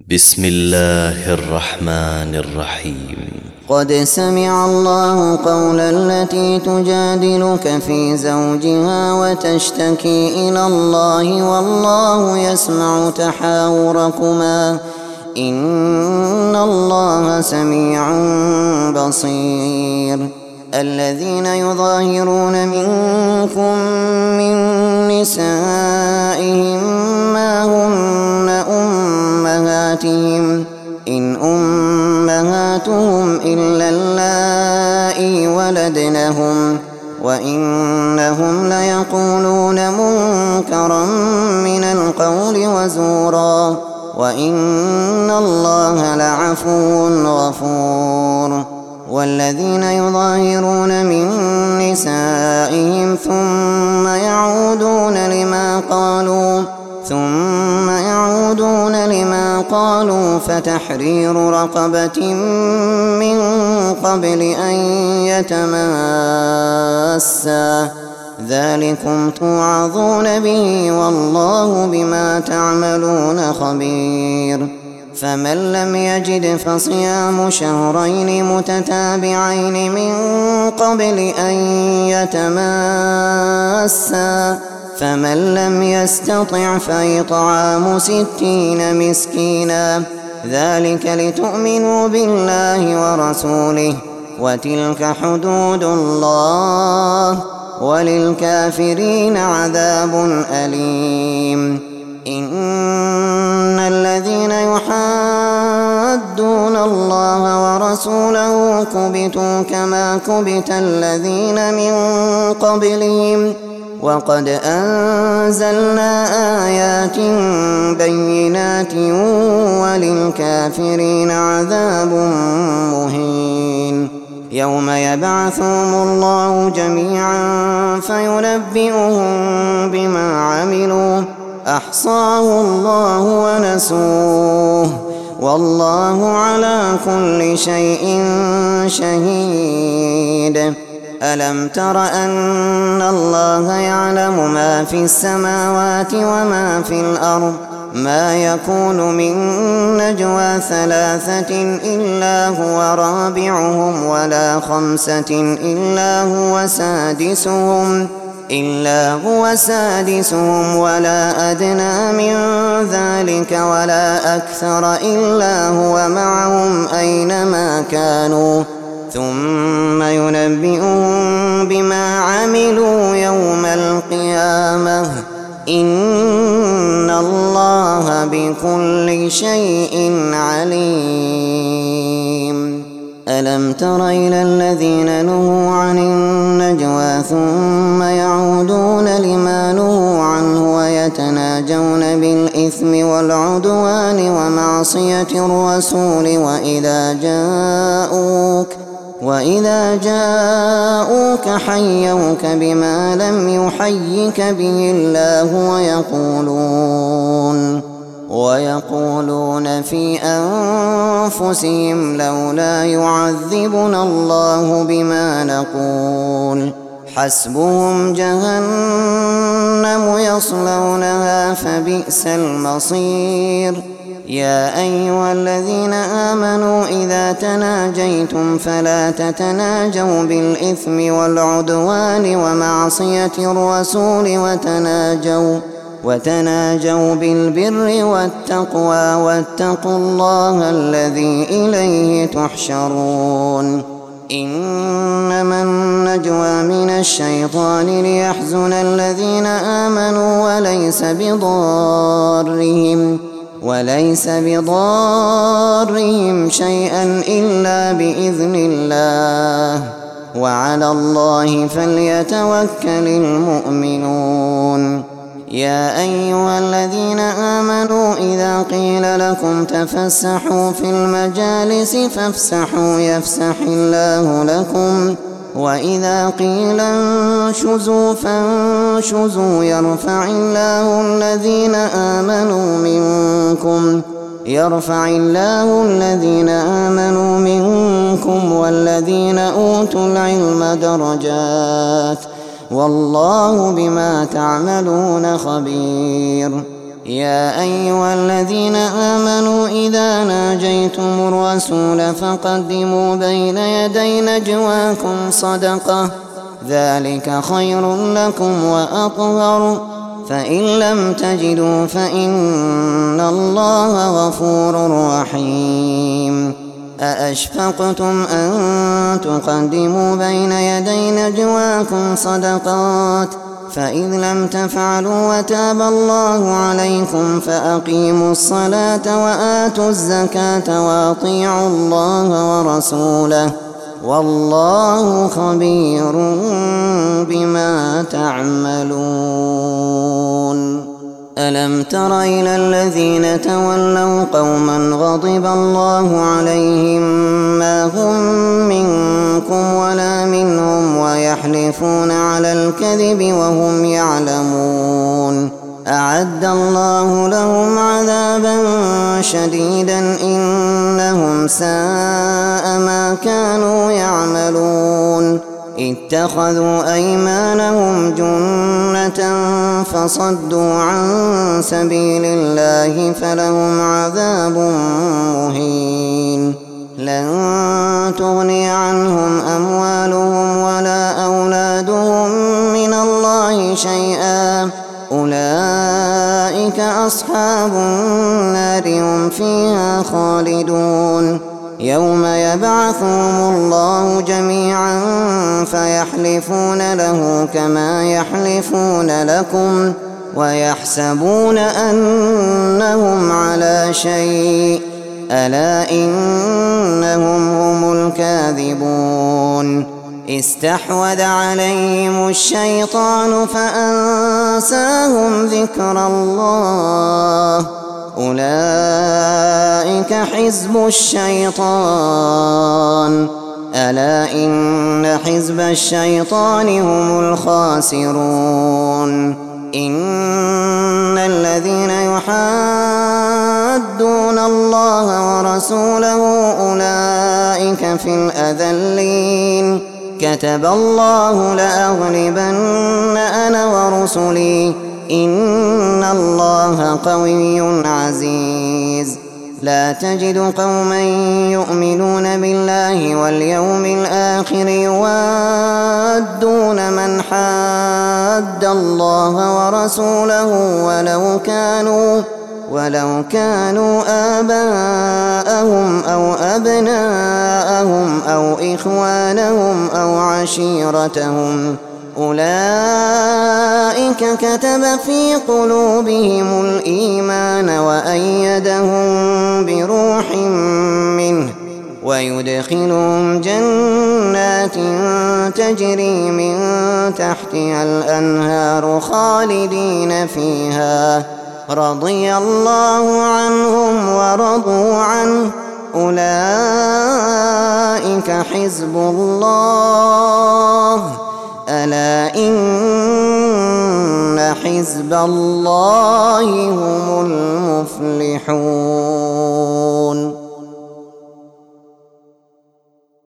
بسم الله الرحمن الرحيم. قد سمع الله قول التي تجادلك في زوجها وتشتكي إلى الله والله يسمع تحاوركما إن الله سميع بصير. الذين يظاهرون منكم من نسائهم ما هن أمهاتهم إن أمهاتهم إلا اللائي ولدنهم وإنهم ليقولون منكرا من القول وزورا وإن الله لعفو غفور. والذين يظاهرون من نسائهم ثم يعودون لما قالوا فتحرير رقبة من قبل أن يتماسا ذلكم توعظون به والله بما تعملون خبير. فمن لم يجد فصيام شهرين متتابعين من قبل أن يتماسا فمن لم يستطع فإطعام 60 مسكينا ذلك لتؤمنوا بالله ورسوله وتلك حدود الله وللكافرين عذاب أليم. إن الذين يحادون الله ورسوله كبتوا كما كبت الذين من قبلهم وقد أنزلنا آيات بينات وللكافرين عذاب مهين. يوم يبعثهم الله جميعا فينبئهم بما عملوا أحصاه الله ونسوه والله على كل شيء شهيد. ألم تر أن الله يعلم ما في السماوات وما في الأرض ما يكون من نجوى 3 إلا هو رابعهم ولا 5 إلا هو سادسهم ولا أدنى من ذلك ولا أكثر إلا هو معهم أينما كانوا ثم ينبئهم بما عملوا يوم القيامة إن الله بكل شيء عليم. ألم تر إلى الذين نهوا عن النجوى ثم يعودون لما نهوا عنه ويتناجون بالإثم والعدوان ومعصية الرسول وإذا جاءوك حيوك بما لم يحيك به الله ويقولون في أنفسهم لولا يعذبنا الله بما نقول حسبهم جهنم يصلونها فبئس المصير. يا أيها الذين آمنوا إذا تناجيتم فلا تتناجوا بالإثم والعدوان ومعصية الرسول وتناجوا بالبر والتقوى واتقوا الله الذي إليه تحشرون. إنما النجوى من الشيطان ليحزن الذين آمنوا وليس بضارهم شيئا إلا بإذن الله وعلى الله فليتوكل المؤمنون. يا أيها الذين آمنوا إذا قيل لكم تفسحوا في المجالس فافسحوا يفسح الله لكم وإذا قيل انشزوا فانشزوا يرفع الله الذين آمنوا منكم والذين أوتوا العلم درجات والله بما تعملون خبير. يا أيها الذين آمنوا إذا ناجيتم الرسول فقدموا بين يدي نجواكم صدقة ذلك خير لكم وأطهر فإن لم تجدوا فإن الله غفور رحيم أأشفقتم أن تقدموا بين يدي نجواكم صدقات فإذ لم تفعلوا وتاب الله عليكم فأقيموا الصلاة وآتوا الزكاة وأطيعوا الله ورسوله والله خبير بما تعملون ألم تر إلى الذين تولوا قوما غضب الله عليهم ما هم منكم ولا منهم ويحلفون على الكذب وهم يعلمون أعد الله لهم عذابا شديدا إنهم ساء ما كانوا يعملون اتخذوا أيمانهم جنة فصدوا عن سبيل الله فلهم عذاب مهين لن تغني عنهم أموالهم ولا أولادهم من الله شيئا أولئك أصحاب النار هم فيها خالدون يوم يبعثهم الله جميعا فيحلفون له كما يحلفون لكم ويحسبون أنهم على شيء ألا إنهم هم الكاذبون استحوذ عليهم الشيطان فأنساهم ذكر الله أولئك حزب الشيطان ألا إن حزب الشيطان هم الخاسرون إن الذين يحادون الله ورسوله أولئك في الأذلين كتب الله لأغلبن أنا ورسلي إن الله قوي عزيز لا تجد قوما يؤمنون بالله واليوم الآخر يوادون من حاد الله ورسوله ولو كانوا آباءهم أو أبناءهم أو إخوانهم أو عشيرتهم أولئك كتب في قلوبهم الإيمان وأيدهم بروح منه ويدخلهم جنات تجري من تحتها الأنهار خالدين فيها رضي الله عنهم ورضوا عنه أولئك حزب الله ألا إن حزب الله هم المفلحون.